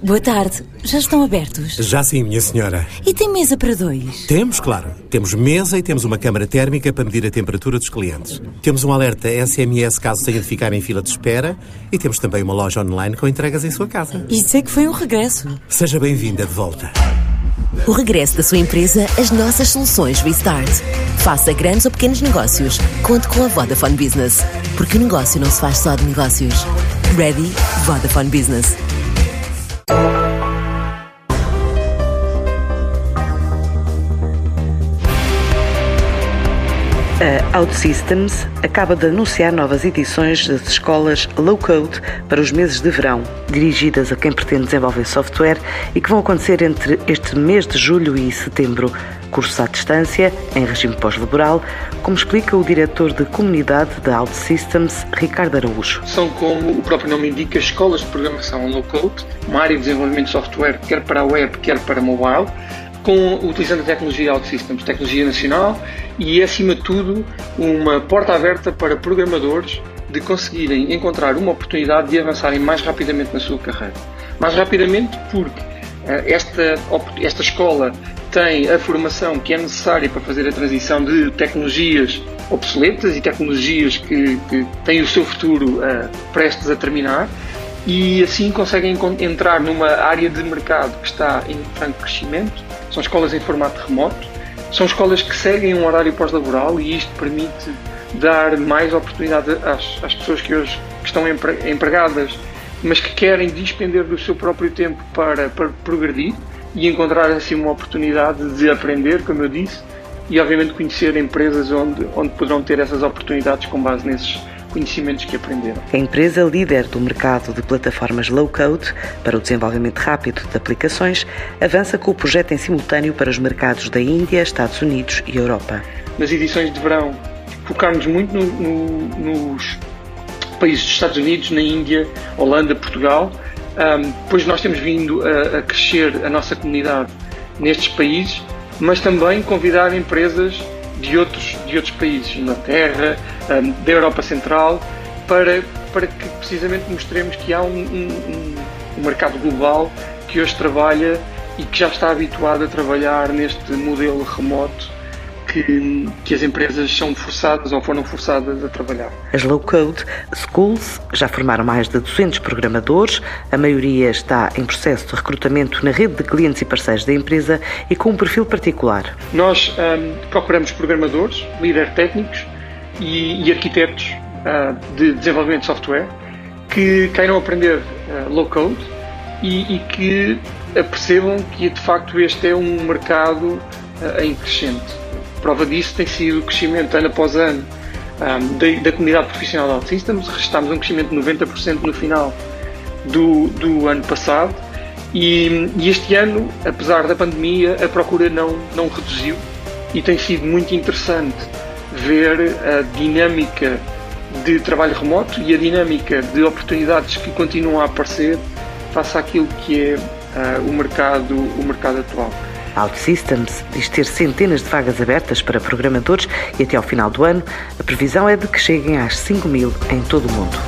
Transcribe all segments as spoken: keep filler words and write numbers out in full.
Boa tarde. Já estão abertos? Já sim, minha senhora. E tem mesa para dois? Temos, claro. Temos mesa e temos uma câmara térmica para medir a temperatura dos clientes. Temos um alerta S M S caso tenha de ficar em fila de espera e temos também uma loja online com entregas em sua casa. Isso é que foi um regresso. Seja bem-vinda de volta. O regresso da sua empresa às nossas soluções Restart. Faça grandes ou pequenos negócios. Conte com a Vodafone Business. Porque o negócio não se faz só de negócios. Ready? Vodafone Business. A OutSystems acaba de anunciar novas edições das escolas Low Code para os meses de verão, dirigidas a quem pretende desenvolver software e que vão acontecer entre este mês de julho e setembro. Cursos à distância, em regime pós-laboral, como explica o diretor de comunidade da OutSystems, Ricardo Araújo. São, como o próprio nome indica, escolas de programação Low Code, uma área de desenvolvimento de software quer para a web, quer para mobile, com, utilizando a tecnologia OutSystems, tecnologia nacional, e é, acima de tudo, uma porta aberta para programadores de conseguirem encontrar uma oportunidade de avançarem mais rapidamente na sua carreira. Mais rapidamente porque uh, esta, esta escola tem a formação que é necessária para fazer a transição de tecnologias obsoletas e tecnologias que, que têm o seu futuro uh, prestes a terminar, e assim conseguem entrar numa área de mercado que está em franco crescimento. São escolas em formato remoto, são escolas que seguem um horário pós-laboral e isto permite dar mais oportunidade às, às pessoas que hoje que estão empregadas, mas que querem despender do seu próprio tempo para, para progredir e encontrar assim uma oportunidade de aprender, como eu disse, e obviamente conhecer empresas onde, onde poderão ter essas oportunidades com base nesses conhecimentos que aprenderam. A empresa líder do mercado de plataformas low-code para o desenvolvimento rápido de aplicações avança com o projeto em simultâneo para os mercados da Índia, Estados Unidos e Europa. Nas edições de verão focámos muito no, no, nos países dos Estados Unidos, na Índia, Holanda, Portugal, um, pois nós temos vindo a, a crescer a nossa comunidade nestes países, mas também convidar empresas de outros, de outros países, Inglaterra, um, da Europa Central, para, para que precisamente mostremos que há um, um, um mercado global que hoje trabalha e que já está habituado a trabalhar neste modelo remoto que, que as empresas são forçadas ou foram forçadas a trabalhar. As low-code schools já formaram mais de duzentos programadores, a maioria está em processo de recrutamento na rede de clientes e parceiros da empresa e com um perfil particular. Nós um, procuramos programadores, líderes técnicos e, e arquitetos uh, de desenvolvimento de software que queiram aprender uh, low-code e, e que percebam que de facto este é um mercado uh, em crescente. Prova disso tem sido o crescimento ano após ano um, da, da comunidade profissional da OutSystems. Registámos um crescimento de noventa por cento no final do, do ano passado e, e este ano, apesar da pandemia, a procura não, não reduziu e tem sido muito interessante ver a dinâmica de trabalho remoto e a dinâmica de oportunidades que continuam a aparecer face àquilo que é uh, o, mercado, o mercado atual. A OutSystems diz ter centenas de vagas abertas para programadores e até ao final do ano a previsão é de que cheguem às cinco mil em todo o mundo.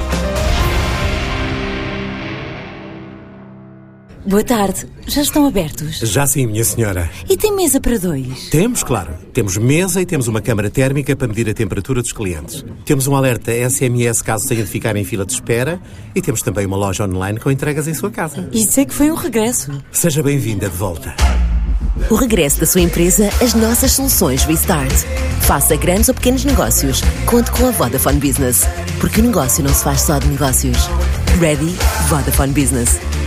Boa tarde. Já estão abertos? Já sim, minha senhora. E tem mesa para dois? Temos, claro. Temos mesa e temos uma câmara térmica para medir a temperatura dos clientes. Temos um alerta S M S caso tenha de ficar em fila de espera e temos também uma loja online com entregas em sua casa. Isso é que foi um regresso. Seja bem-vinda de volta. O regresso da sua empresa às nossas soluções Restart. Faça grandes ou pequenos negócios. Conte com a Vodafone Business. Porque o negócio não se faz só de negócios. Ready? Vodafone Business.